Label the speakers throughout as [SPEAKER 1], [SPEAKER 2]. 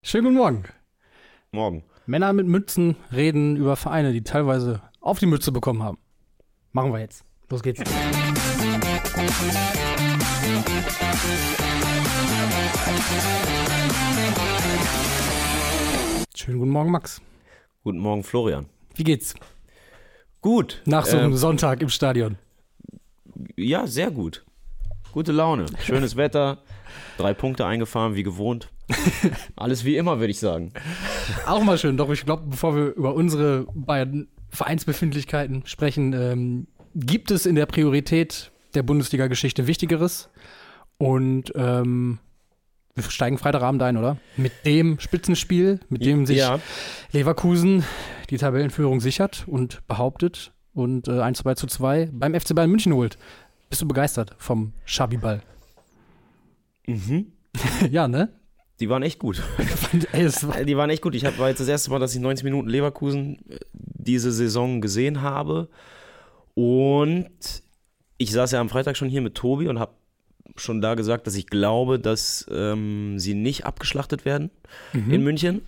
[SPEAKER 1] Schönen guten Morgen.
[SPEAKER 2] Morgen.
[SPEAKER 1] Männer mit Mützen reden über Vereine, die teilweise auf die Mütze bekommen haben. Machen wir jetzt. Los geht's. Schönen guten Morgen, Max.
[SPEAKER 2] Guten Morgen, Florian.
[SPEAKER 1] Wie geht's?
[SPEAKER 2] Gut.
[SPEAKER 1] Nach so einem Sonntag im Stadion.
[SPEAKER 2] Ja, sehr gut. Gute Laune. Schönes Wetter. 3 Punkte eingefahren, wie gewohnt. Alles wie immer, würde ich sagen.
[SPEAKER 1] Auch mal schön. Doch ich glaube, bevor wir über unsere beiden Vereinsbefindlichkeiten sprechen, gibt es in der Priorität der Bundesliga-Geschichte Wichtigeres. Und wir steigen Freitagabend ein, oder? Mit dem Spitzenspiel, mit dem sich Leverkusen die Tabellenführung sichert und behauptet und 1-2 beim FC Bayern München holt. Bist du begeistert vom Schabiball?
[SPEAKER 2] Mhm.
[SPEAKER 1] Ja, ne?
[SPEAKER 2] Die waren echt gut. Die waren echt gut. War jetzt das erste Mal, dass ich 90 Minuten Leverkusen diese Saison gesehen habe. Und ich saß ja am Freitag schon hier mit Tobi und habe schon da gesagt, dass ich glaube, dass sie nicht abgeschlachtet werden in München.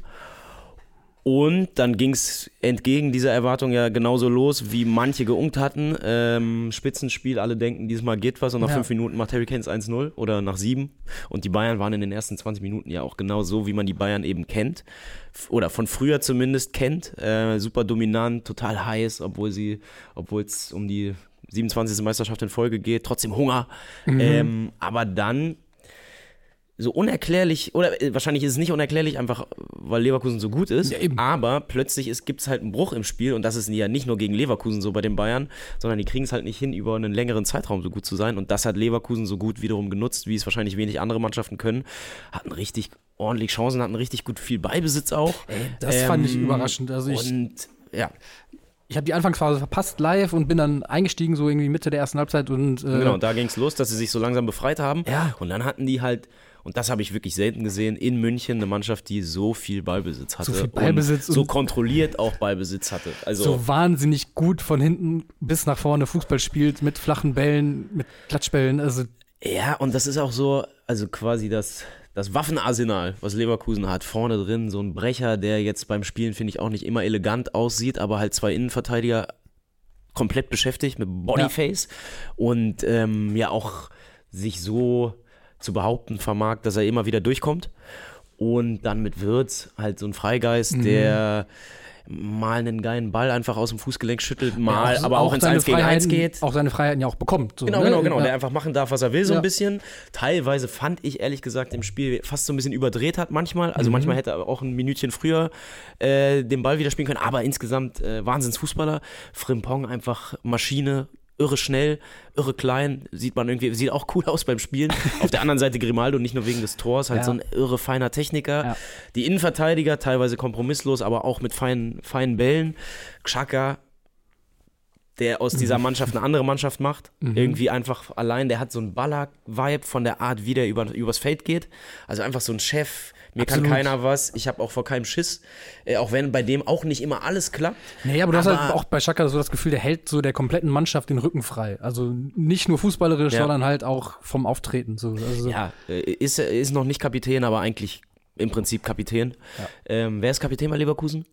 [SPEAKER 2] Und dann ging es entgegen dieser Erwartung ja genauso los, wie manche geunkt hatten. Spitzenspiel, alle denken, diesmal geht was und nach 5 Minuten macht Harry Kane 1-0 oder nach 7. Und die Bayern waren in den ersten 20 Minuten ja auch genau so, wie man die Bayern eben kennt. Oder von früher zumindest kennt. Super dominant, total heiß, obwohl es um die 27. Meisterschaft in Folge geht. Trotzdem Hunger. Aber dann so unerklärlich, oder wahrscheinlich ist es nicht unerklärlich, einfach weil Leverkusen so gut ist, aber plötzlich gibt es halt einen Bruch im Spiel und das ist ja nicht nur gegen Leverkusen so bei den Bayern, sondern die kriegen es halt nicht hin, über einen längeren Zeitraum so gut zu sein und das hat Leverkusen so gut wiederum genutzt, wie es wahrscheinlich wenig andere Mannschaften können, hatten richtig ordentlich Chancen, hatten richtig gut viel Beibesitz auch.
[SPEAKER 1] Das fand ich überraschend. Also ich habe die Anfangsphase verpasst live und bin dann eingestiegen, so irgendwie Mitte der ersten Halbzeit.
[SPEAKER 2] Genau, da ging es los, dass sie sich so langsam befreit haben. Ja. Und dann hatten die halt, und das habe ich wirklich selten gesehen, in München eine Mannschaft, die so viel Ballbesitz hatte.
[SPEAKER 1] So viel Ballbesitz
[SPEAKER 2] und so kontrolliert auch Ballbesitz hatte. Also
[SPEAKER 1] so wahnsinnig gut von hinten bis nach vorne Fußball spielt, mit flachen Bällen, mit Klatschbällen. Also
[SPEAKER 2] ja, und das ist auch so, also quasi das Waffenarsenal, was Leverkusen hat, vorne drin, so ein Brecher, der jetzt beim Spielen, finde ich, auch nicht immer elegant aussieht, aber halt 2 Innenverteidiger komplett beschäftigt mit Bodyface und auch sich so zu behaupten vermag, dass er immer wieder durchkommt. Und dann mit Wirtz halt so ein Freigeist, der mal einen geilen Ball einfach aus dem Fußgelenk schüttelt, aber auch ins 1 gegen 1 geht.
[SPEAKER 1] Auch seine Freiheiten ja auch bekommt. So,
[SPEAKER 2] genau. Der einfach machen darf, was er will, so ein bisschen. Teilweise fand ich, ehrlich gesagt, im Spiel fast so ein bisschen überdreht hat manchmal. Also manchmal hätte er auch ein Minütchen früher den Ball wieder spielen können. Aber insgesamt Wahnsinnsfußballer. Frimpong einfach Maschine, irre schnell, irre klein, sieht auch cool aus beim Spielen. Auf der anderen Seite Grimaldo, nicht nur wegen des Tors, halt so ein irre feiner Techniker. Ja. Die Innenverteidiger, teilweise kompromisslos, aber auch mit feinen Bällen. Xhaka, der aus dieser Mannschaft eine andere Mannschaft macht. Irgendwie einfach allein, der hat so einen Baller-Vibe von der Art, wie der übers Feld geht. Also einfach so ein Chef. Mir Absolut. Kann keiner was, ich habe auch vor keinem Schiss, auch wenn bei dem auch nicht immer alles klappt.
[SPEAKER 1] Nee, aber du hast halt auch bei Xhaka so das Gefühl, der hält so der kompletten Mannschaft den Rücken frei. Also nicht nur fußballerisch, sondern halt auch vom Auftreten. So. Also
[SPEAKER 2] ja, ist noch nicht Kapitän, aber eigentlich im Prinzip Kapitän. Ja. Wer ist Kapitän bei Leverkusen?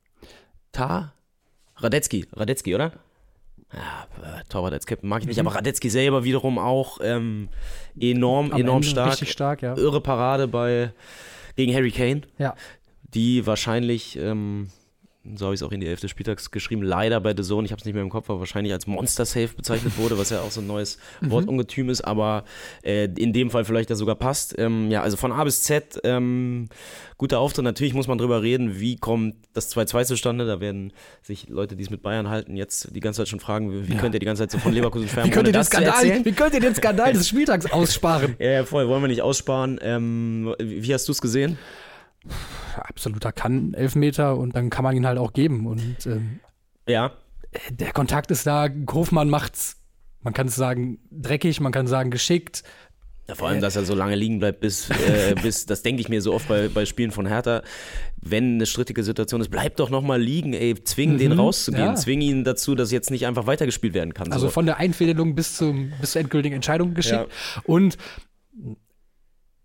[SPEAKER 2] Radetzky, oder? Ja, Torwart als Captain mag ich nicht, aber Radetzky selber wiederum auch enorm stark.
[SPEAKER 1] Richtig stark, ja.
[SPEAKER 2] Irre Parade gegen Harry Kane, die wahrscheinlich, so habe ich es auch in die 11. Spieltags geschrieben, leider bei The Zone, ich habe es nicht mehr im Kopf, aber wahrscheinlich als Monster-Safe bezeichnet wurde, was ja auch so ein neues Wortungetüm ist, aber in dem Fall vielleicht das sogar passt. Also von A bis Z, guter Auftritt. Natürlich muss man drüber reden, wie kommt das 2-2 zustande. Da werden sich Leute, die es mit Bayern halten, jetzt die ganze Zeit schon fragen, wie könnt ihr die ganze Zeit so von Leverkusen fern,
[SPEAKER 1] wie könnt ihr den Skandal des Spieltags aussparen?
[SPEAKER 2] Ja, voll, wollen wir nicht aussparen. Wie hast du es gesehen?
[SPEAKER 1] Absoluter Elfmeter und dann kann man ihn halt auch geben. Und der Kontakt ist da, Hofmann macht's, man kann es sagen, dreckig, man kann sagen, geschickt.
[SPEAKER 2] Ja, vor allem, dass er so lange liegen bleibt, bis das denke ich mir so oft bei Spielen von Hertha, wenn eine strittige Situation ist, bleib doch nochmal liegen, zwing den rauszugehen, zwing ihn dazu, dass jetzt nicht einfach weitergespielt werden kann.
[SPEAKER 1] Also von der Einfädelung bis zur endgültigen Entscheidung geschickt. Und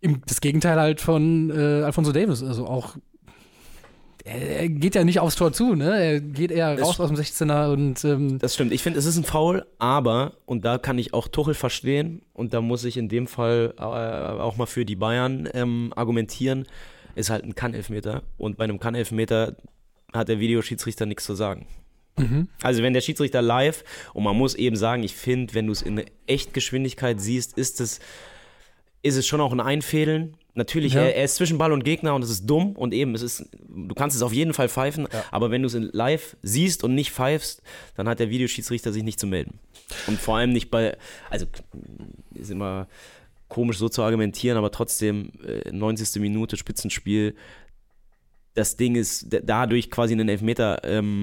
[SPEAKER 1] Das Gegenteil halt von Alphonso Davies, also auch er geht ja nicht aufs Tor zu, ne? Er geht eher raus aus dem 16er und
[SPEAKER 2] das stimmt. Ich finde, es ist ein Foul, aber, und da kann ich auch Tuchel verstehen, und da muss ich in dem Fall auch mal für die Bayern argumentieren, ist halt ein Kann-Elfmeter, und bei einem Kann-Elfmeter hat der Videoschiedsrichter nichts zu sagen. Also wenn der Schiedsrichter live, und man muss eben sagen, ich finde, wenn du es in Echtgeschwindigkeit siehst, ist es schon auch ein Einfädeln. Natürlich, ja. Er ist zwischen Ball und Gegner und es ist dumm, und eben, du kannst es auf jeden Fall pfeifen, ja. Aber wenn du es live siehst und nicht pfeifst, dann hat der Videoschiedsrichter sich nicht zu melden. Und vor allem nicht also ist immer komisch so zu argumentieren, aber trotzdem 90. Minute Spitzenspiel, das Ding ist dadurch quasi einen Elfmeter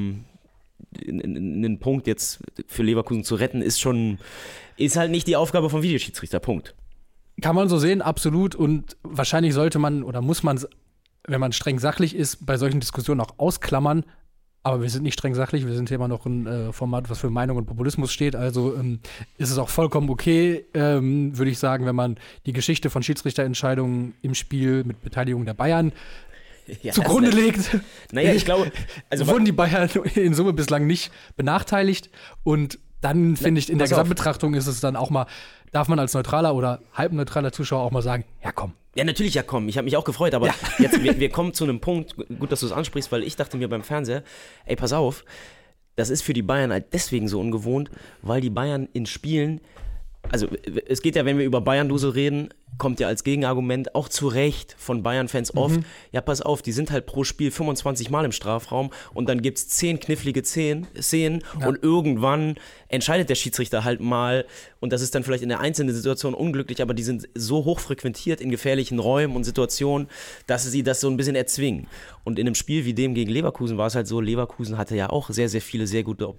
[SPEAKER 2] einen Punkt jetzt für Leverkusen zu retten, ist halt nicht die Aufgabe vom Videoschiedsrichter, Punkt.
[SPEAKER 1] Kann man so sehen, absolut. Und wahrscheinlich sollte man oder muss man es, wenn man streng sachlich ist, bei solchen Diskussionen auch ausklammern. Aber wir sind nicht streng sachlich, wir sind hier immer noch ein Format, was für Meinung und Populismus steht. Also ist es auch vollkommen okay, würde ich sagen, wenn man die Geschichte von Schiedsrichterentscheidungen im Spiel mit Beteiligung der Bayern zugrunde legt.
[SPEAKER 2] Naja, ich glaube, also
[SPEAKER 1] wurden die Bayern in Summe bislang nicht benachteiligt. Und dann finde ich, in der Gesamtbetrachtung ist es dann auch mal, darf man als neutraler oder halbneutraler Zuschauer auch mal sagen, ja komm.
[SPEAKER 2] Ja, natürlich, ja komm. Ich habe mich auch gefreut, aber jetzt, wir kommen zu einem Punkt, gut, dass du es ansprichst, weil ich dachte mir beim Fernseher, ey, pass auf, das ist für die Bayern halt deswegen so ungewohnt, weil die Bayern in Spielen, also es geht ja, wenn wir über Bayern-Dusel reden, kommt ja als Gegenargument auch zu Recht von Bayern-Fans oft, ja pass auf, die sind halt pro Spiel 25 Mal im Strafraum und dann gibt es 10 knifflige Szenen und irgendwann entscheidet der Schiedsrichter halt mal, und das ist dann vielleicht in der einzelnen Situation unglücklich, aber die sind so hoch frequentiert in gefährlichen Räumen und Situationen, dass sie das so ein bisschen erzwingen. Und in einem Spiel wie dem gegen Leverkusen war es halt so, Leverkusen hatte ja auch sehr, sehr viele, sehr gute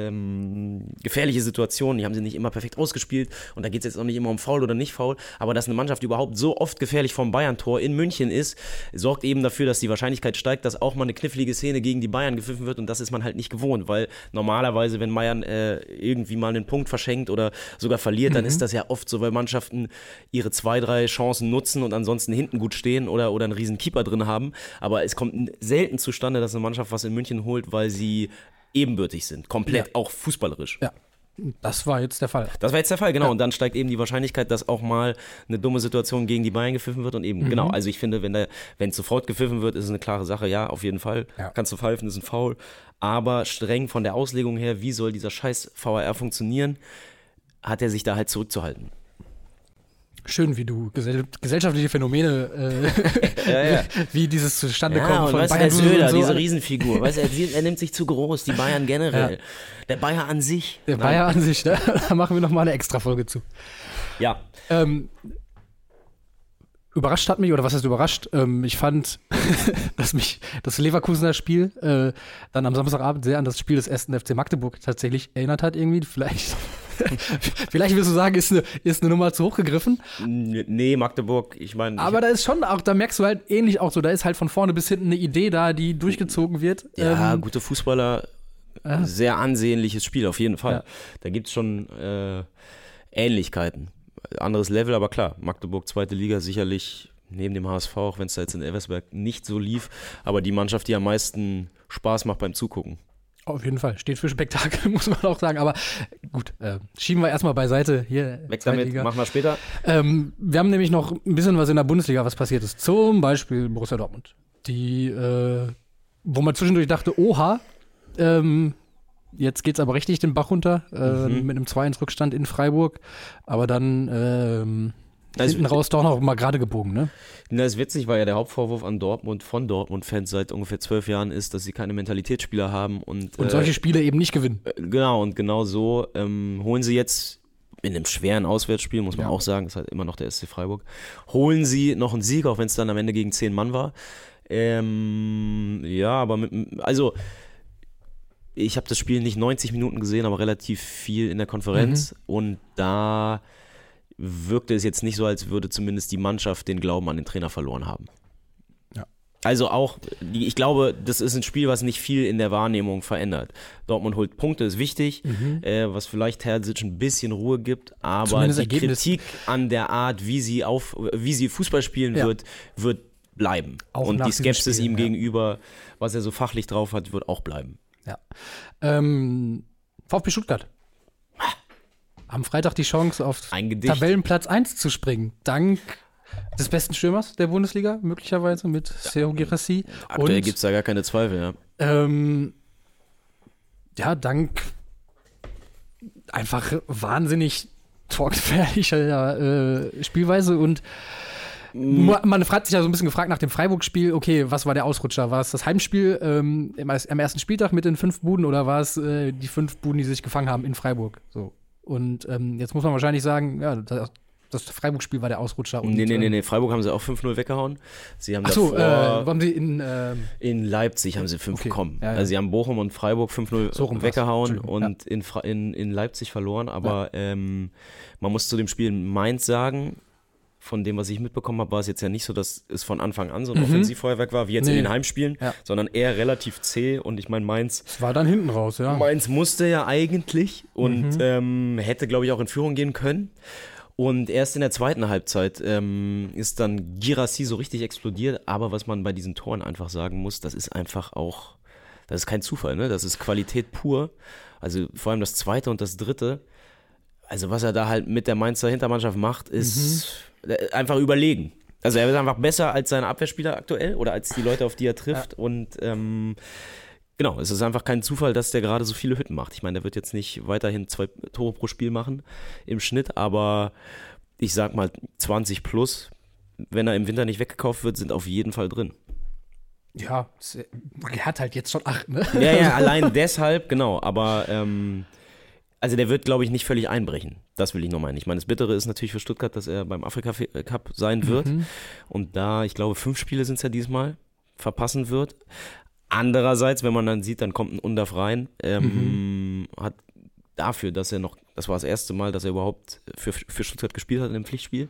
[SPEAKER 2] gefährliche Situationen, die haben sie nicht immer perfekt ausgespielt, und da geht es jetzt auch nicht immer um Foul oder nicht Foul, aber dass eine Mannschaft überhaupt so oft gefährlich vom Bayern-Tor in München ist, sorgt eben dafür, dass die Wahrscheinlichkeit steigt, dass auch mal eine knifflige Szene gegen die Bayern gepfiffen wird, und das ist man halt nicht gewohnt, weil normalerweise, wenn Bayern irgendwie mal einen Punkt verschenkt oder sogar verliert, dann ist das ja oft so, weil Mannschaften ihre 2, 3 Chancen nutzen und ansonsten hinten gut stehen oder einen riesen Keeper drin haben, aber es kommt selten zustande, dass eine Mannschaft was in München holt, weil sie ebenbürtig sind, komplett, auch fußballerisch.
[SPEAKER 1] Ja. Das war jetzt der Fall.
[SPEAKER 2] Das war jetzt der Fall, genau. Ja. Und dann steigt eben die Wahrscheinlichkeit, dass auch mal eine dumme Situation gegen die Bayern gepfiffen wird. Und eben, genau, also ich finde, wenn sofort gepfiffen wird, ist es eine klare Sache. Ja, auf jeden Fall. Ja. Kannst du pfeifen, ist ein Foul. Aber streng von der Auslegung her, wie soll dieser scheiß VAR funktionieren, hat er sich da halt zurückzuhalten.
[SPEAKER 1] Schön, wie du gesellschaftliche Phänomene, wie dieses Zustandekommen von
[SPEAKER 2] Bayern. Ja, und Söder, so diese Riesenfigur, weißt du, er nimmt sich zu groß, die Bayern generell. Ja. Der Bayer an sich.
[SPEAKER 1] Der Bayer an sich, ne? Da machen wir nochmal eine Extra-Folge zu.
[SPEAKER 2] Ja.
[SPEAKER 1] Überrascht hat mich, oder was heißt überrascht? Ich fand, dass mich das Leverkusener Spiel dann am Samstagabend sehr an das Spiel des 1. FC Magdeburg tatsächlich erinnert hat irgendwie. Vielleicht willst du sagen, ist eine Nummer zu hoch gegriffen.
[SPEAKER 2] Nee, Magdeburg, ich meine.
[SPEAKER 1] Aber da ist schon auch, da merkst du halt ähnlich auch so, da ist halt von vorne bis hinten eine Idee da, die durchgezogen wird.
[SPEAKER 2] Ja, gute Fußballer, sehr ansehnliches Spiel, auf jeden Fall. Ja. Da gibt es schon Ähnlichkeiten. Anderes Level, aber klar, Magdeburg, 2. Liga, sicherlich neben dem HSV, auch wenn es da jetzt in Elversberg nicht so lief, aber die Mannschaft, die am meisten Spaß macht beim Zugucken.
[SPEAKER 1] Auf jeden Fall, steht für Spektakel, muss man auch sagen, aber gut, schieben wir erstmal beiseite hier.
[SPEAKER 2] Weg damit, Liga. Machen wir später.
[SPEAKER 1] Wir haben nämlich noch ein bisschen was in der Bundesliga, was passiert ist, zum Beispiel Borussia Dortmund, die, wo man zwischendurch dachte, oha, jetzt geht's aber richtig den Bach runter, mit einem 2-1-Rückstand in Freiburg, aber dann hinten raus doch noch mal gerade gebogen, ne?
[SPEAKER 2] Na, ist witzig, weil ja der Hauptvorwurf an Dortmund von Dortmund-Fans seit ungefähr 12 Jahren ist, dass sie keine Mentalitätsspieler haben und
[SPEAKER 1] solche Spiele eben nicht gewinnen.
[SPEAKER 2] Genau, und genau so holen sie jetzt in einem schweren Auswärtsspiel, muss man auch sagen, ist halt immer noch der SC Freiburg, holen sie noch einen Sieg, auch wenn es dann am Ende gegen 10 Mann war. Aber ich habe das Spiel nicht 90 Minuten gesehen, aber relativ viel in der Konferenz und da wirkte es jetzt nicht so, als würde zumindest die Mannschaft den Glauben an den Trainer verloren haben.
[SPEAKER 1] Ja,
[SPEAKER 2] Also auch, ich glaube, das ist ein Spiel, was nicht viel in der Wahrnehmung verändert. Dortmund holt Punkte, ist wichtig, was vielleicht Terzic ein bisschen Ruhe gibt, aber
[SPEAKER 1] Zumindest
[SPEAKER 2] die
[SPEAKER 1] Ergebnis.
[SPEAKER 2] Kritik an der Art, wie sie Fußball spielen wird bleiben.
[SPEAKER 1] Auch
[SPEAKER 2] und
[SPEAKER 1] nach
[SPEAKER 2] die
[SPEAKER 1] diesem
[SPEAKER 2] Skepsis
[SPEAKER 1] Spiel,
[SPEAKER 2] ihm gegenüber, was er so fachlich drauf hat, wird auch bleiben.
[SPEAKER 1] Ja. VfB Stuttgart. Am Freitag die Chance, auf
[SPEAKER 2] Ein Gedicht.
[SPEAKER 1] Tabellenplatz 1 zu springen. Dank des besten Stürmers der Bundesliga, möglicherweise mit Serhou Guirassy.
[SPEAKER 2] Aktuell gibt es da gar keine Zweifel,
[SPEAKER 1] ja. Dank einfach wahnsinnig torgefährlicher Spielweise und man hat sich ja so ein bisschen gefragt nach dem Freiburg-Spiel, okay, was war der Ausrutscher? War es das Heimspiel am ersten Spieltag mit den 5 Buden oder war es die 5 Buden, die sich gefangen haben in Freiburg? So. Und jetzt muss man wahrscheinlich sagen, ja, das Freiburg-Spiel war der Ausrutscher. Und,
[SPEAKER 2] Nee. Freiburg haben sie auch 5-0 weggehauen. Sie haben
[SPEAKER 1] wo haben sie
[SPEAKER 2] in Leipzig haben sie 5 bekommen.
[SPEAKER 1] Ja.
[SPEAKER 2] Also sie haben Bochum und Freiburg 5-0
[SPEAKER 1] So rum
[SPEAKER 2] weggehauen und in Leipzig verloren. Aber man muss zu dem Spiel Mainz sagen, von dem, was ich mitbekommen habe, war es jetzt ja nicht so, dass es von Anfang an so ein Offensivfeuerwerk war, wie jetzt in den Heimspielen, sondern eher relativ zäh. Und ich meine, Mainz...
[SPEAKER 1] Es war dann hinten raus, ja.
[SPEAKER 2] Mainz musste ja eigentlich und hätte, glaube ich, auch in Führung gehen können. Und erst in der zweiten Halbzeit ist dann Guirassy so richtig explodiert. Aber was man bei diesen Toren einfach sagen muss, das ist einfach auch, das ist kein Zufall, ne? Das ist Qualität pur. Also vor allem das zweite und das dritte. Also was er da halt mit der Mainzer Hintermannschaft macht, ist einfach überlegen. Also er ist einfach besser als seine Abwehrspieler aktuell oder als die Leute, auf die er trifft. Ja. Und genau, es ist einfach kein Zufall, dass der gerade so viele Hütten macht. Ich meine, der wird jetzt nicht weiterhin 2 Tore pro Spiel machen im Schnitt, aber ich sag mal 20 plus, wenn er im Winter nicht weggekauft wird, sind auf jeden Fall drin.
[SPEAKER 1] Ja, er hat halt jetzt schon 8, ne?
[SPEAKER 2] Ja, allein deshalb, genau, aber also der wird, glaube ich, nicht völlig einbrechen. Das will ich noch meinen. Ich meine, das Bittere ist natürlich für Stuttgart, dass er beim Afrika Cup sein wird. Und da, ich glaube, 5 Spiele sind es ja diesmal, verpassen wird. Andererseits, wenn man dann sieht, dann kommt ein Undaf rein, hat dafür, dass er noch, das war das erste Mal, dass er überhaupt für Stuttgart gespielt hat in einem Pflichtspiel,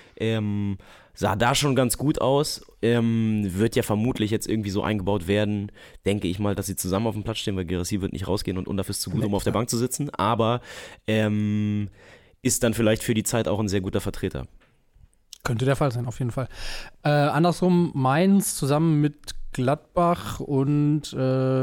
[SPEAKER 2] sah da schon ganz gut aus, wird ja vermutlich jetzt irgendwie so eingebaut werden, denke ich mal, dass sie zusammen auf dem Platz stehen, weil Guirassy wird nicht rausgehen und Undaf ist zu gut, um auf der Bank zu sitzen, aber ist dann vielleicht für die Zeit auch ein sehr guter Vertreter.
[SPEAKER 1] Könnte der Fall sein, auf jeden Fall. Andersrum, Mainz zusammen mit Gladbach und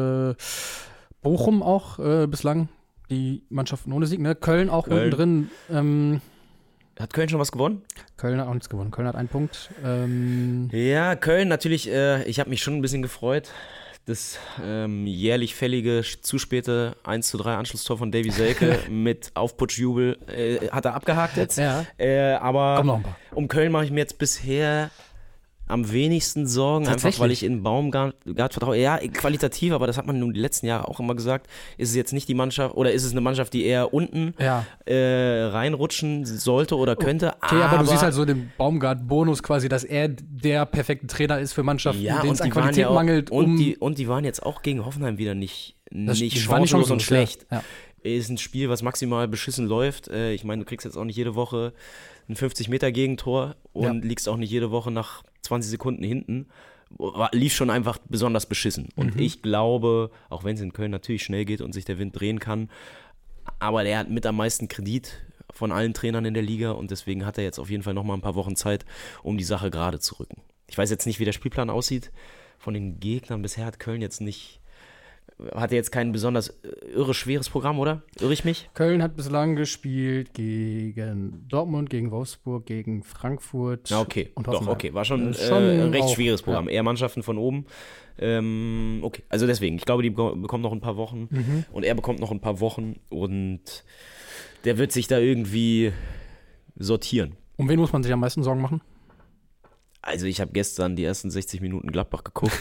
[SPEAKER 1] Bochum auch bislang die Mannschaften ohne Sieg, ne? Köln auch unten drin.
[SPEAKER 2] Hat Köln schon was gewonnen?
[SPEAKER 1] Köln hat auch nichts gewonnen. Köln hat 1 Punkt.
[SPEAKER 2] Ja, Köln natürlich, ich habe mich schon ein bisschen gefreut. Das jährlich fällige, zu späte 1:3 Anschlusstor von Davy Selke mit Aufputschjubel hat er abgehakt jetzt.
[SPEAKER 1] Ja.
[SPEAKER 2] Aber
[SPEAKER 1] Komm noch ein paar.
[SPEAKER 2] Um Köln mache ich mir jetzt bisher am wenigsten Sorgen, einfach weil ich in Baumgart vertraue. Ja, qualitativ, aber das hat man nun die letzten Jahre auch immer gesagt. Ist es jetzt nicht die Mannschaft, oder ist es eine Mannschaft, die eher unten reinrutschen sollte oder könnte?
[SPEAKER 1] Okay, aber du siehst halt so den Baumgart-Bonus quasi, dass er der perfekte Trainer ist für Mannschaften, denen es an Qualität mangelt.
[SPEAKER 2] Und die waren jetzt auch gegen Hoffenheim wieder nicht chancenlos und schlecht. Ja. Ist ein Spiel, was maximal beschissen läuft. Ich meine, du kriegst jetzt auch nicht jede Woche ein 50-Meter-Gegentor und liegst auch nicht jede Woche nach 20 Sekunden hinten. Lief schon einfach besonders beschissen. Und ich glaube, auch wenn es in Köln natürlich schnell geht und sich der Wind drehen kann, aber der hat mit am meisten Kredit von allen Trainern in der Liga und deswegen hat er jetzt auf jeden Fall nochmal ein paar Wochen Zeit, um die Sache gerade zu rücken. Ich weiß jetzt nicht, wie der Spielplan aussieht. Von den Gegnern bisher hat Köln hatte jetzt kein besonders irre schweres Programm, oder? Irre ich mich?
[SPEAKER 1] Köln hat bislang gespielt gegen Dortmund, gegen Wolfsburg, gegen Frankfurt.
[SPEAKER 2] Ja, okay.
[SPEAKER 1] Und
[SPEAKER 2] doch, okay. War schon ein recht schweres Programm. Ja. Eher Mannschaften von oben. Okay, also deswegen. Ich glaube, die bekommen noch ein paar Wochen und er bekommt noch ein paar Wochen und der wird sich da irgendwie sortieren.
[SPEAKER 1] Um wen muss man sich am meisten Sorgen machen?
[SPEAKER 2] Also ich habe gestern die ersten 60 Minuten Gladbach geguckt.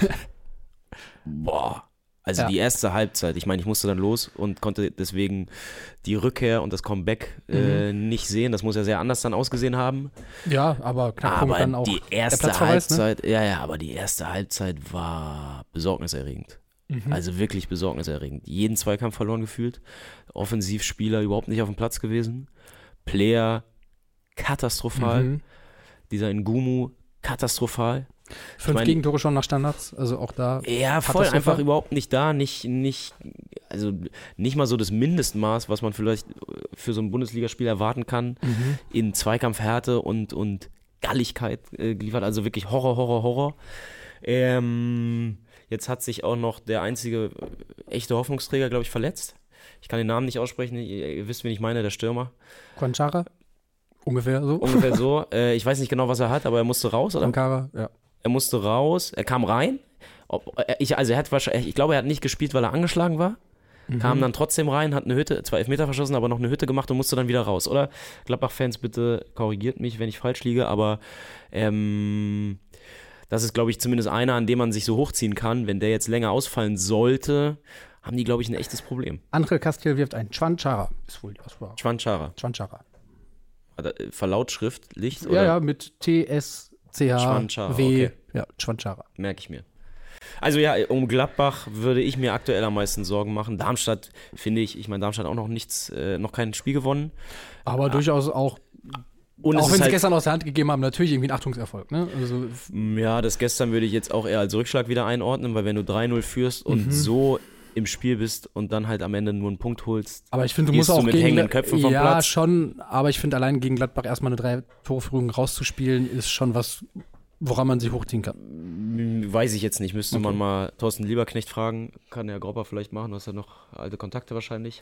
[SPEAKER 2] Boah. Also die erste Halbzeit, ich meine, ich musste dann los und konnte deswegen die Rückkehr und das Comeback nicht sehen. Das muss ja sehr anders dann ausgesehen haben.
[SPEAKER 1] Ja, aber
[SPEAKER 2] knapp
[SPEAKER 1] dann auch
[SPEAKER 2] die erste Halbzeit,
[SPEAKER 1] ne?
[SPEAKER 2] Aber die erste Halbzeit war besorgniserregend. Also wirklich besorgniserregend. Jeden Zweikampf verloren gefühlt. Offensivspieler überhaupt nicht auf dem Platz gewesen. Player katastrophal. Dieser Ngumu katastrophal.
[SPEAKER 1] 5 Gegentore schon nach Standards, also auch da.
[SPEAKER 2] Ja, voll, einfach überhaupt nicht da, nicht mal so das Mindestmaß, was man vielleicht für so ein Bundesligaspiel erwarten kann, in Zweikampfhärte und Galligkeit geliefert, also wirklich Horror. Jetzt hat sich auch noch der einzige echte Hoffnungsträger, glaube ich, verletzt. Ich kann den Namen nicht aussprechen, ihr wisst, wen ich meine, der Stürmer.
[SPEAKER 1] Quanchara? Ungefähr so.
[SPEAKER 2] Ungefähr so. Ich weiß nicht genau, was er hat, aber er musste raus, oder?
[SPEAKER 1] Quanchara, ja.
[SPEAKER 2] Er musste raus, er kam rein. Ich glaube, er hat nicht gespielt, weil er angeschlagen war. Kam dann trotzdem rein, hat eine Hütte, 2 Elfmeter verschossen, aber noch eine Hütte gemacht und musste dann wieder raus, oder? Gladbach-Fans, bitte korrigiert mich, wenn ich falsch liege, aber das ist, glaube ich, zumindest einer, an dem man sich so hochziehen kann. Wenn der jetzt länger ausfallen sollte, haben die, glaube ich, ein echtes Problem.
[SPEAKER 1] André Castiel wirft ein Quanchara, ist wohl die Aussprache.
[SPEAKER 2] Quanchara. Verlautschrift, Licht?
[SPEAKER 1] Ja, ja, mit T-S-C-H-W.
[SPEAKER 2] Okay.
[SPEAKER 1] Ja, Quanchara.
[SPEAKER 2] Merke ich mir. Also ja, um Gladbach würde ich mir aktuell am meisten Sorgen machen. Darmstadt, finde ich, Darmstadt auch noch kein Spiel gewonnen.
[SPEAKER 1] Aber durchaus auch, auch wenn sie gestern aus der Hand gegeben haben, natürlich irgendwie ein Achtungserfolg. Ne? Also,
[SPEAKER 2] ja, das gestern würde ich jetzt auch eher als Rückschlag wieder einordnen, weil wenn du 3-0 führst und so im Spiel bist und dann halt am Ende nur einen Punkt holst,
[SPEAKER 1] aber ich finde, du musst auch
[SPEAKER 2] mit hängenden Köpfen vom Platz.
[SPEAKER 1] Ja, schon, aber ich finde, allein gegen Gladbach erstmal eine 3-Tore-Führung rauszuspielen, ist schon was, woran man sich hochziehen kann.
[SPEAKER 2] Weiß ich jetzt nicht, müsste man mal Thorsten Lieberknecht fragen, kann der Gropper vielleicht machen, du hast ja noch alte Kontakte wahrscheinlich.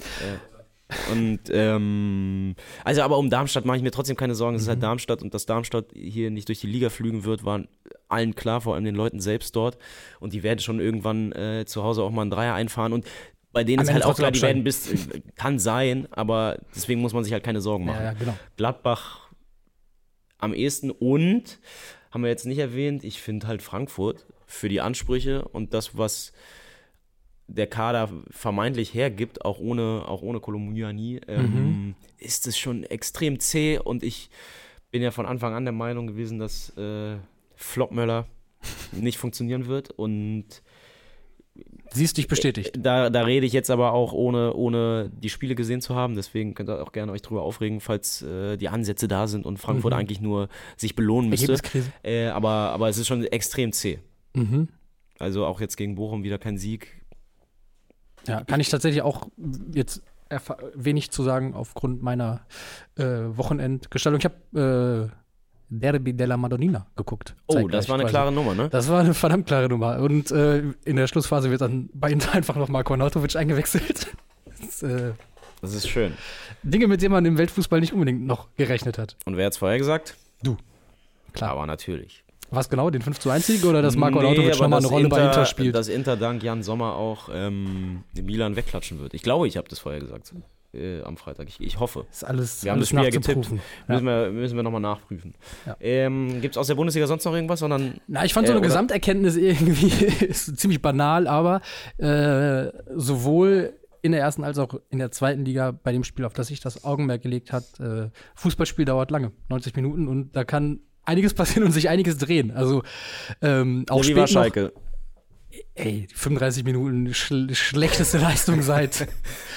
[SPEAKER 2] Also aber um Darmstadt mache ich mir trotzdem keine Sorgen, es ist halt Darmstadt und dass Darmstadt hier nicht durch die Liga flügen wird, war allen klar, vor allem den Leuten selbst dort und die werden schon irgendwann zu Hause auch mal einen Dreier einfahren und bei denen ist halt auch klar, die werden kann sein, aber deswegen muss man sich halt keine Sorgen machen.
[SPEAKER 1] Ja, genau.
[SPEAKER 2] Gladbach am ehesten und, haben wir jetzt nicht erwähnt, ich finde halt Frankfurt für die Ansprüche und das, was der Kader vermeintlich hergibt, auch ohne Kolomuani, ist es schon extrem zäh und ich bin ja von Anfang an der Meinung gewesen, dass Floppmöller nicht funktionieren wird und
[SPEAKER 1] siehst dich bestätigt.
[SPEAKER 2] Da rede ich jetzt aber auch ohne die Spiele gesehen zu haben, deswegen könnt ihr auch gerne euch drüber aufregen, falls die Ansätze da sind und Frankfurt eigentlich nur sich belohnen müsste. Aber es ist schon extrem zäh. Also auch jetzt gegen Bochum wieder kein Sieg.
[SPEAKER 1] Ja, kann ich tatsächlich auch jetzt wenig zu sagen aufgrund meiner Wochenendgestaltung. Ich habe Derby della Madonnina geguckt.
[SPEAKER 2] Oh, das war eine klare Nummer, ne?
[SPEAKER 1] Das war eine verdammt klare Nummer. Und in der Schlussphase wird dann bei Inter einfach noch Marko Arnautovic eingewechselt.
[SPEAKER 2] Das ist schön.
[SPEAKER 1] Dinge, mit denen man im Weltfußball nicht unbedingt noch gerechnet hat.
[SPEAKER 2] Und wer hat es vorher gesagt?
[SPEAKER 1] Du. Klar.
[SPEAKER 2] Aber natürlich.
[SPEAKER 1] Was genau, den 5:1 oder dass Marko Arnautovic nochmal eine Rolle bei Inter spielt?
[SPEAKER 2] Dass Inter dank Jan Sommer auch Milan wegklatschen wird. Ich glaube, ich habe das vorher gesagt. Am Freitag. Ich hoffe.
[SPEAKER 1] Ist alles,
[SPEAKER 2] wir haben das Spiel ja getippt. Ja. Müssen wir nochmal nachprüfen. Ja. Gibt es aus der Bundesliga sonst noch irgendwas?
[SPEAKER 1] Ich fand so eine Gesamterkenntnis irgendwie ist ziemlich banal, aber sowohl in der ersten als auch in der zweiten Liga bei dem Spiel, auf das sich das Augenmerk gelegt hat, Fußballspiel dauert lange, 90 Minuten und da kann einiges passieren und sich einiges drehen. Also auch
[SPEAKER 2] wie war Schalke?
[SPEAKER 1] Ey, 35 Minuten schlechteste Leistung seit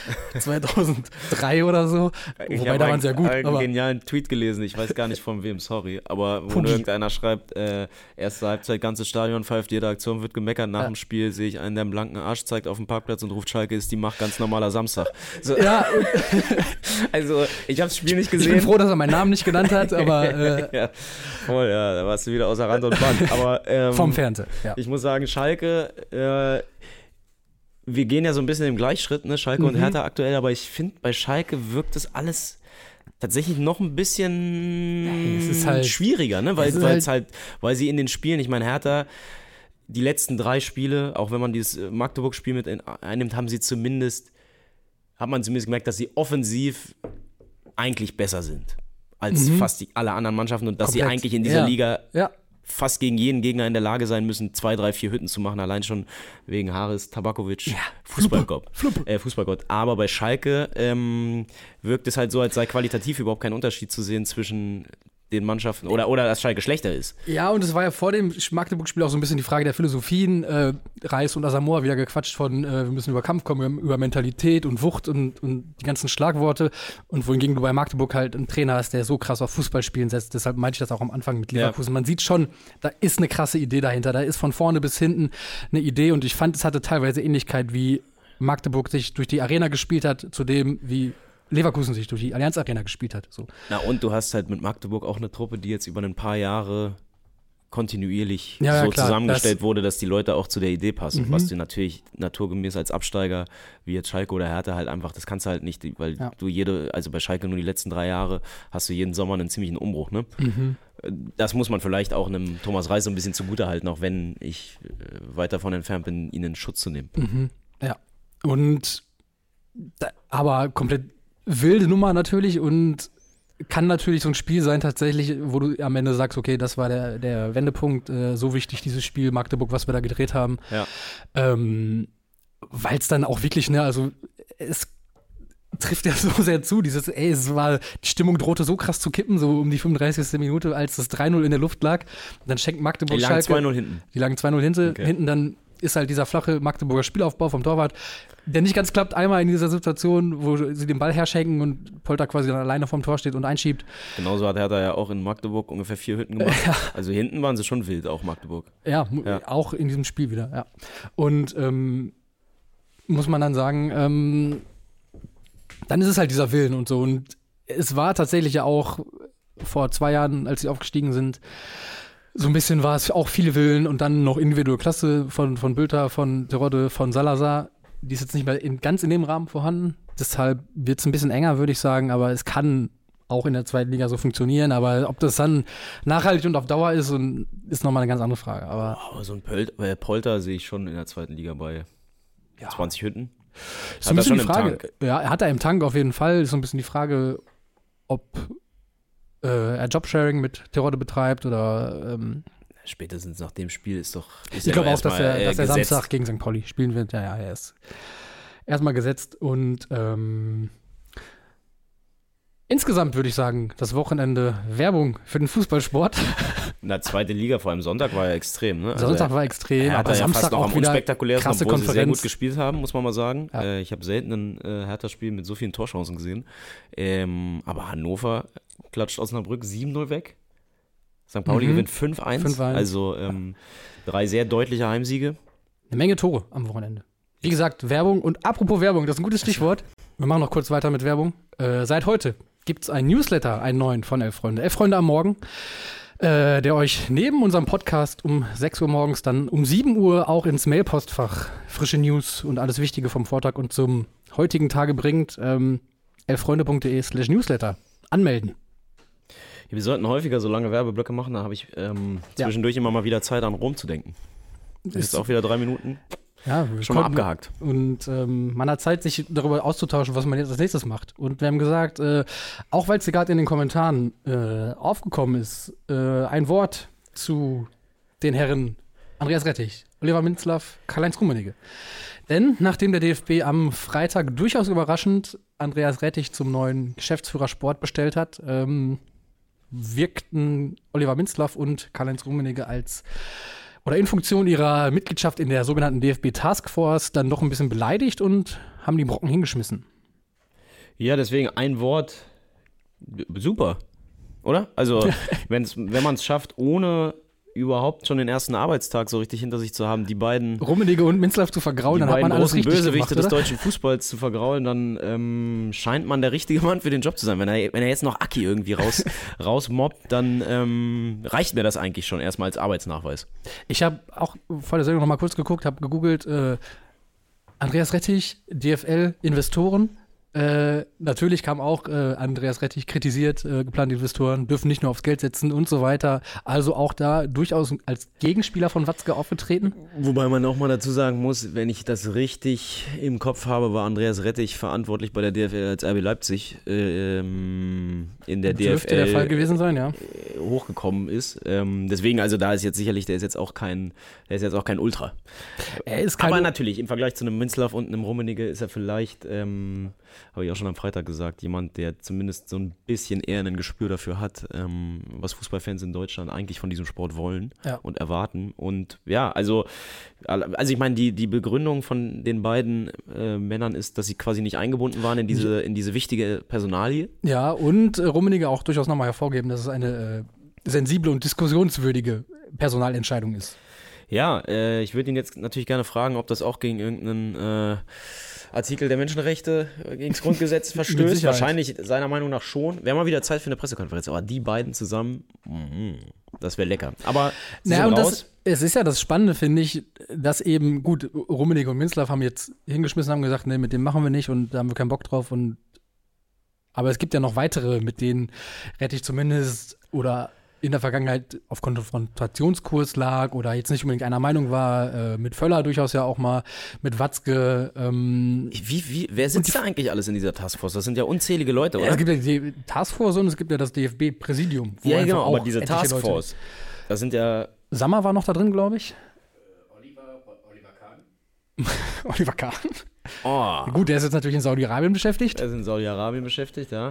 [SPEAKER 1] 2003 oder so. Wobei, da waren sie ja gut.
[SPEAKER 2] Ich habe einen genialen Tweet gelesen, ich weiß gar nicht von wem, sorry. Aber wo irgendeiner schreibt, erste Halbzeit, ganzes Stadion pfeift, jede Aktion wird gemeckert. Nach dem Spiel sehe ich einen, der einen blanken Arsch zeigt auf dem Parkplatz und ruft, Schalke ist die Macht, ganz normaler Samstag. So.
[SPEAKER 1] Ja.
[SPEAKER 2] Also, ich habe das Spiel nicht gesehen.
[SPEAKER 1] Ich bin froh, dass er meinen Namen nicht genannt hat, aber
[SPEAKER 2] ja, voll, ja, da warst du wieder außer Rand und Band. Aber,
[SPEAKER 1] vom Fernseher, ja.
[SPEAKER 2] Ich muss sagen, Schalke, wir gehen ja so ein bisschen im Gleichschritt, ne? Schalke und Hertha aktuell, aber ich finde, bei Schalke wirkt das alles tatsächlich noch ein bisschen schwieriger, ne? Weil sie in den Spielen, ich meine, Hertha, die letzten 3 Spiele, auch wenn man dieses Magdeburg-Spiel mit einnimmt, hat man zumindest gemerkt, dass sie offensiv eigentlich besser sind als fast alle anderen Mannschaften und dass sie eigentlich in dieser Liga fast gegen jeden Gegner in der Lage sein müssen, 2, 3, 4 Hütten zu machen, allein schon wegen Haris Tabakovic, Fußballgott. Aber bei Schalke wirkt es halt so, als sei qualitativ überhaupt kein Unterschied zu sehen zwischen den Mannschaften oder dass Schalke schlechter ist.
[SPEAKER 1] Ja, und es war ja vor dem Magdeburg-Spiel auch so ein bisschen die Frage der Philosophien. Reis und Asamoah wieder gequatscht von, wir müssen über Kampf kommen, über Mentalität und Wucht und die ganzen Schlagworte. Und wohingegen du bei Magdeburg halt einen Trainer hast, der so krass auf Fußballspielen setzt. Deshalb meinte ich das auch am Anfang mit Leverkusen. Ja. Man sieht schon, da ist eine krasse Idee dahinter. Da ist von vorne bis hinten eine Idee. Und ich fand, es hatte teilweise Ähnlichkeit, wie Magdeburg sich durch die Arena gespielt hat, zu dem, wie Leverkusen sich durch die Allianz Arena gespielt hat. So.
[SPEAKER 2] Na und du hast halt mit Magdeburg auch eine Truppe, die jetzt über ein paar Jahre kontinuierlich zusammengestellt wurde, dass die Leute auch zu der Idee passen. Was du natürlich naturgemäß als Absteiger, wie jetzt Schalke oder Hertha halt einfach, das kannst du halt nicht, weil du also bei Schalke nur die letzten 3 Jahre hast du jeden Sommer einen ziemlichen Umbruch, ne? Das muss man vielleicht auch einem Thomas Reis so ein bisschen zugutehalten, auch wenn ich weit davon entfernt bin, ihn in Schutz zu nehmen.
[SPEAKER 1] Ja, und aber komplett wilde Nummer natürlich und kann natürlich so ein Spiel sein tatsächlich, wo du am Ende sagst, okay, das war der Wendepunkt, so wichtig dieses Spiel Magdeburg, was wir da gedreht haben.
[SPEAKER 2] Ja.
[SPEAKER 1] Weil es dann auch wirklich, also es trifft ja so sehr zu, die Stimmung drohte so krass zu kippen, so um die 35. Minute, als das 3-0 in der Luft lag. Dann schenkt Magdeburg Schalke.
[SPEAKER 2] Die lagen 2-0 hinten.
[SPEAKER 1] Die lagen 2-0 hinten, dann ist halt dieser flache Magdeburger Spielaufbau vom Torwart, der nicht ganz klappt, einmal in dieser Situation, wo sie den Ball herschenken und Polter quasi dann alleine vorm Tor steht und einschiebt.
[SPEAKER 2] Genauso hat Hertha ja auch in Magdeburg ungefähr 4 Hütten gemacht. Ja. Also hinten waren sie schon wild, auch Magdeburg.
[SPEAKER 1] Ja, auch in diesem Spiel wieder, ja. Und muss man dann sagen, dann ist es halt dieser Willen und so. Und es war tatsächlich ja auch vor 2 Jahren, als sie aufgestiegen sind, so ein bisschen war es auch viele Willen und dann noch individuelle Klasse von Bülter, von Terodde, von Salazar. Die ist jetzt nicht mehr ganz in dem Rahmen vorhanden. Deshalb wird es ein bisschen enger, würde ich sagen. Aber es kann auch in der zweiten Liga so funktionieren. Aber ob das dann nachhaltig und auf Dauer ist, ist nochmal eine ganz andere Frage. Aber
[SPEAKER 2] so ein Polter sehe ich schon in der zweiten Liga bei 20 Hütten.
[SPEAKER 1] Ist ein bisschen die Frage. Ja, er hat er im Tank auf jeden Fall. Ist so ein bisschen die Frage, ob er Jobsharing mit Terodde betreibt oder
[SPEAKER 2] spätestens nach dem Spiel ist
[SPEAKER 1] ich glaube auch, dass er Samstag gegen St. Pauli spielen wird. Ja, er ist erstmal gesetzt und insgesamt würde ich sagen, das Wochenende Werbung für den Fußballsport.
[SPEAKER 2] In der zweiten Liga, vor allem Sonntag, war ja extrem. Ne?
[SPEAKER 1] Sonntag war extrem,
[SPEAKER 2] aber Samstag fast noch auch am unspektakulärsten,
[SPEAKER 1] obwohl
[SPEAKER 2] Konferenz. Sie sehr gut gespielt haben, muss man mal sagen. Ja. Ich habe selten ein Hertha-Spiel mit so vielen Torchancen gesehen. Aber Hannover klatscht Osnabrück 7-0 weg. St. Pauli gewinnt 5-1. Also 3 sehr deutliche Heimsiege.
[SPEAKER 1] Eine Menge Tore am Wochenende. Wie gesagt, Werbung. Und apropos Werbung, das ist ein gutes Stichwort. Wir machen noch kurz weiter mit Werbung. Seit heute gibt es einen Newsletter, einen neuen von Elf Freunde. 11 Freunde am Morgen, der euch neben unserem Podcast um 6 Uhr morgens dann um 7 Uhr auch ins Mailpostfach frische News und alles Wichtige vom Vortag und zum heutigen Tage bringt. elffreunde.de/Newsletter anmelden.
[SPEAKER 2] Wir sollten häufiger so lange Werbeblöcke machen, da habe ich zwischendurch immer mal wieder Zeit, an Rom zu denken. Das ist auch wieder 3 Minuten.
[SPEAKER 1] Ja,
[SPEAKER 2] schon mal abgehakt.
[SPEAKER 1] Und man hat Zeit, sich darüber auszutauschen, was man jetzt als nächstes macht. Und wir haben gesagt, auch weil es gerade in den Kommentaren aufgekommen ist, ein Wort zu den Herren Andreas Rettich, Oliver Minzlaff, Karl-Heinz Rummenigge. Denn nachdem der DFB am Freitag durchaus überraschend Andreas Rettich zum neuen Geschäftsführer Sport bestellt hat, wirkten Oliver Minzlaff und Karl-Heinz Rummenigge in Funktion ihrer Mitgliedschaft in der sogenannten DFB-Taskforce dann doch ein bisschen beleidigt und haben die Brocken hingeschmissen.
[SPEAKER 2] Ja, deswegen ein Wort, super, oder? Also, wenn man es schafft, ohne überhaupt schon den ersten Arbeitstag so richtig hinter sich zu haben, die beiden
[SPEAKER 1] Rummenigge und Minzlaff zu vergraulen, dann hat man alles richtig
[SPEAKER 2] Bösewichte
[SPEAKER 1] gemacht,
[SPEAKER 2] des deutschen Fußballs zu vergraulen, dann scheint man der richtige Mann für den Job zu sein. Wenn er jetzt noch Aki irgendwie rausmobbt, dann reicht mir das eigentlich schon erstmal als Arbeitsnachweis.
[SPEAKER 1] Ich habe auch vor der Sendung noch mal kurz geguckt, habe gegoogelt, Andreas Rettich, DFL, Investoren. Natürlich kam auch Andreas Rettich kritisiert, geplante Investoren dürfen nicht nur aufs Geld setzen und so weiter. Also auch da durchaus als Gegenspieler von Watzke aufgetreten.
[SPEAKER 2] Wobei man auch mal dazu sagen muss, wenn ich das richtig im Kopf habe, war Andreas Rettich verantwortlich bei der DFL als RB Leipzig in der DFL
[SPEAKER 1] dürfte der Fall gewesen sein, ja.
[SPEAKER 2] Hochgekommen ist. Deswegen, also da ist jetzt sicherlich, der ist jetzt auch kein Ultra.
[SPEAKER 1] Er ist kein
[SPEAKER 2] Aber natürlich, im Vergleich zu einem Minzlaff und einem Rummenigge ist er vielleicht habe ich auch schon am Freitag gesagt, jemand, der zumindest so ein bisschen eher ein Gespür dafür hat, was Fußballfans in Deutschland eigentlich von diesem Sport wollen und erwarten. Und ja, also ich meine, die Begründung von den beiden Männern ist, dass sie quasi nicht eingebunden waren in diese wichtige Personalie.
[SPEAKER 1] Ja, und Rummenigge auch durchaus nochmal hervorgeben, dass es eine sensible und diskussionswürdige Personalentscheidung ist.
[SPEAKER 2] Ja, ich würde ihn jetzt natürlich gerne fragen, ob das auch gegen irgendeinen Artikel der Menschenrechte gegen das Grundgesetz verstößt. Wahrscheinlich seiner Meinung nach schon. Wäre mal wieder Zeit für eine Pressekonferenz. Aber die beiden zusammen, das wäre lecker. Aber
[SPEAKER 1] es ist ja das Spannende, finde ich, dass eben, gut, Rummenigge und Minzlaff haben jetzt hingeschmissen, haben gesagt, nee, mit dem machen wir nicht und da haben wir keinen Bock drauf. Aber es gibt ja noch weitere, mit denen Rettich zumindest oder in der Vergangenheit auf Konfrontationskurs lag oder jetzt nicht unbedingt einer Meinung war, mit Völler durchaus ja auch mal, mit Watzke.
[SPEAKER 2] Wer sitzt da eigentlich alles in dieser Taskforce? Das sind ja unzählige Leute, oder?
[SPEAKER 1] Es gibt ja die Taskforce und es gibt ja das DFB-Präsidium.
[SPEAKER 2] Ja, genau, aber diese Taskforce, das sind ja...
[SPEAKER 1] Sammer war noch da drin, glaube ich.
[SPEAKER 3] Oliver Kahn.
[SPEAKER 1] Oliver Kahn.
[SPEAKER 2] Oh.
[SPEAKER 1] Gut, der ist jetzt natürlich in Saudi-Arabien beschäftigt.
[SPEAKER 2] Er ist in Saudi-Arabien beschäftigt, ja.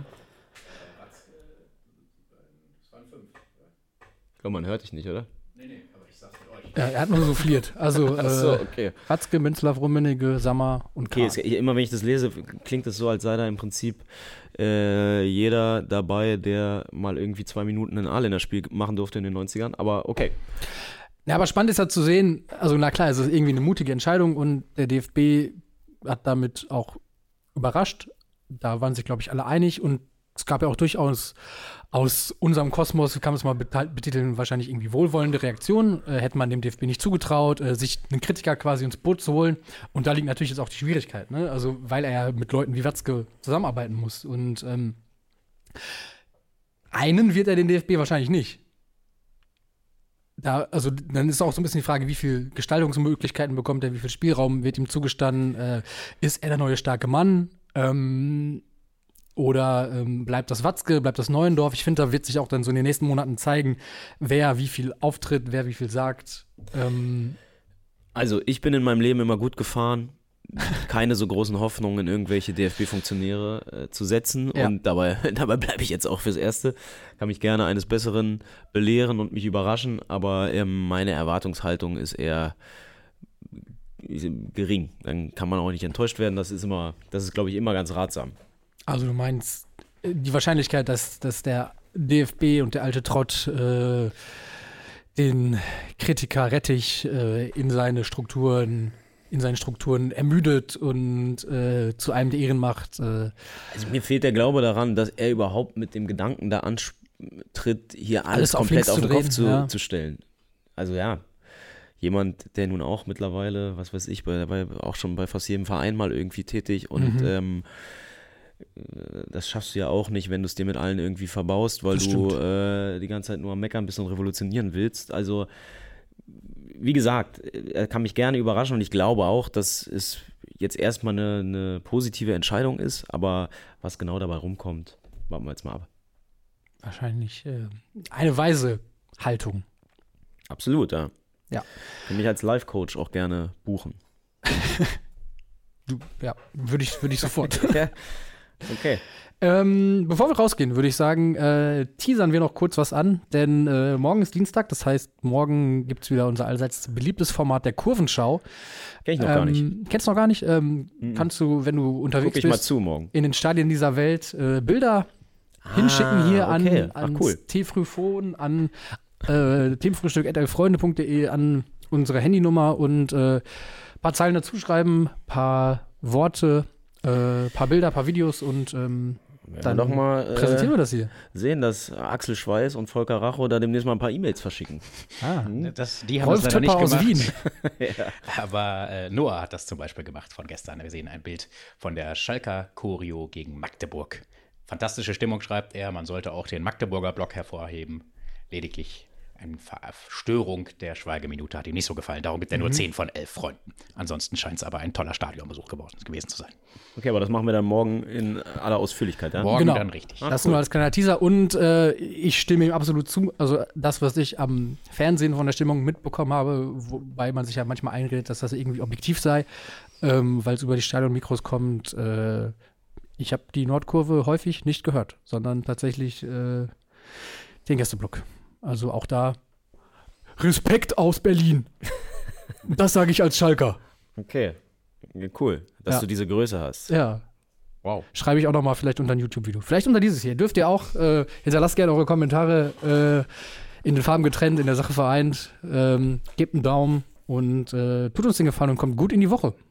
[SPEAKER 2] Ich glaube, man hört dich nicht, oder?
[SPEAKER 3] Nee, aber ich sag's mit euch.
[SPEAKER 1] Ja, er hat nur souffliert. Also
[SPEAKER 2] okay.
[SPEAKER 1] Watzke, Minzlaff, Rummenigge, Sammer und Kahn.
[SPEAKER 2] Okay, immer wenn ich das lese, klingt es so, als sei da im Prinzip jeder dabei, der mal irgendwie 2 Minuten ein A-Länderspiel machen durfte in den 90ern. Aber okay.
[SPEAKER 1] Ja, aber spannend ist ja zu sehen, also na klar, es ist irgendwie eine mutige Entscheidung und der DFB hat damit auch überrascht. Da waren sich, glaube ich, alle einig und es gab ja auch durchaus aus unserem Kosmos, wie kann man es mal betiteln, wahrscheinlich irgendwie wohlwollende Reaktionen. Hätte man dem DFB nicht zugetraut, sich einen Kritiker quasi ins Boot zu holen. Und da liegt natürlich jetzt auch die Schwierigkeit, ne? Also, weil er ja mit Leuten wie Watzke zusammenarbeiten muss. Und einen wird er den DFB wahrscheinlich nicht. Also dann ist auch so ein bisschen die Frage, wie viel Gestaltungsmöglichkeiten bekommt er, wie viel Spielraum wird ihm zugestanden, ist er der neue starke Mann? Oder bleibt das Watzke, bleibt das Neuendorf? Ich finde, da wird sich auch dann so in den nächsten Monaten zeigen, wer wie viel auftritt, wer wie viel sagt.
[SPEAKER 2] Also ich bin in meinem Leben immer gut gefahren, keine so großen Hoffnungen in irgendwelche DFB-Funktionäre zu setzen. Ja. Und dabei bleibe ich jetzt auch fürs Erste. Kann mich gerne eines Besseren belehren und mich überraschen, aber meine Erwartungshaltung ist eher gering. Dann kann man auch nicht enttäuscht werden. Das ist, glaube ich, immer ganz ratsam.
[SPEAKER 1] Also du meinst, die Wahrscheinlichkeit, dass der DFB und der alte Trott den Kritiker Rettich in seinen Strukturen ermüdet und zu einem der Ehren macht.
[SPEAKER 2] Also mir fehlt der Glaube daran, dass er überhaupt mit dem Gedanken da antritt, hier alles komplett auf den Kopf zu stellen. Also ja, jemand, der nun auch mittlerweile, was weiß ich, auch schon bei fast jedem Verein mal irgendwie tätig und das schaffst du ja auch nicht, wenn du es dir mit allen irgendwie verbaust, weil du die ganze Zeit nur am Meckern bist und revolutionieren willst. Also, wie gesagt, er kann mich gerne überraschen und ich glaube auch, dass es jetzt erstmal eine positive Entscheidung ist, aber was genau dabei rumkommt, warten wir jetzt mal ab.
[SPEAKER 1] Wahrscheinlich eine weise Haltung.
[SPEAKER 2] Absolut, ja.
[SPEAKER 1] Ja.
[SPEAKER 2] Ich kann mich als Life-Coach auch gerne buchen.
[SPEAKER 1] Würde ich sofort.
[SPEAKER 2] Okay.
[SPEAKER 1] Bevor wir rausgehen, würde ich sagen, teasern wir noch kurz was an, denn morgen ist Dienstag, das heißt, morgen gibt es wieder unser allseits beliebtes Format der Kurvenschau.
[SPEAKER 2] Kenn ich noch gar nicht.
[SPEAKER 1] Kennst du noch gar nicht? Kannst du, wenn du unterwegs bist,
[SPEAKER 2] mal zu morgen.
[SPEAKER 1] In den Stadien dieser Welt Bilder hinschicken hier ans T-Frühphon, an themenfrühstück@elfreunde.de, an unsere Handynummer und paar Zeilen dazu schreiben, paar Worte, paar Bilder, paar Videos und dann
[SPEAKER 2] doch mal
[SPEAKER 1] präsentieren wir das hier.
[SPEAKER 2] Sehen, dass Axel Schweiß und Volker Racho da demnächst mal ein paar E-Mails verschicken.
[SPEAKER 3] Die haben das leider nicht gemacht.
[SPEAKER 1] Aus Wien.
[SPEAKER 3] Ja. Aber Noah hat das zum Beispiel gemacht von gestern. Wir sehen ein Bild von der Schalker Choreo gegen Magdeburg. Fantastische Stimmung, schreibt er. Man sollte auch den Magdeburger Block hervorheben. Lediglich eine Störung der Schweigeminute hat ihm nicht so gefallen. Darum gibt er nur 10 von 11 Freunden. Ansonsten scheint es aber ein toller Stadionbesuch gewesen zu sein.
[SPEAKER 2] Okay, aber das machen wir dann morgen in aller Ausführlichkeit, ja?
[SPEAKER 3] Morgen dann richtig.
[SPEAKER 1] Das nur als kleiner Teaser. Und ich stimme ihm absolut zu. Also das, was ich am Fernsehen von der Stimmung mitbekommen habe, wobei man sich ja manchmal einredet, dass das irgendwie objektiv sei, weil es über die Stadionmikros kommt, Ich habe die Nordkurve häufig nicht gehört, sondern tatsächlich den Gästeblock. Also auch da Respekt aus Berlin. Das sage ich als Schalker.
[SPEAKER 2] Okay, cool, dass du diese Größe hast.
[SPEAKER 1] Ja.
[SPEAKER 2] Wow.
[SPEAKER 1] Schreibe ich auch noch mal vielleicht unter ein YouTube-Video. Vielleicht unter dieses hier. Dürft ihr auch, hinterlasst gerne eure Kommentare in den Farben getrennt, in der Sache vereint. Gebt einen Daumen und tut uns den Gefallen und kommt gut in die Woche.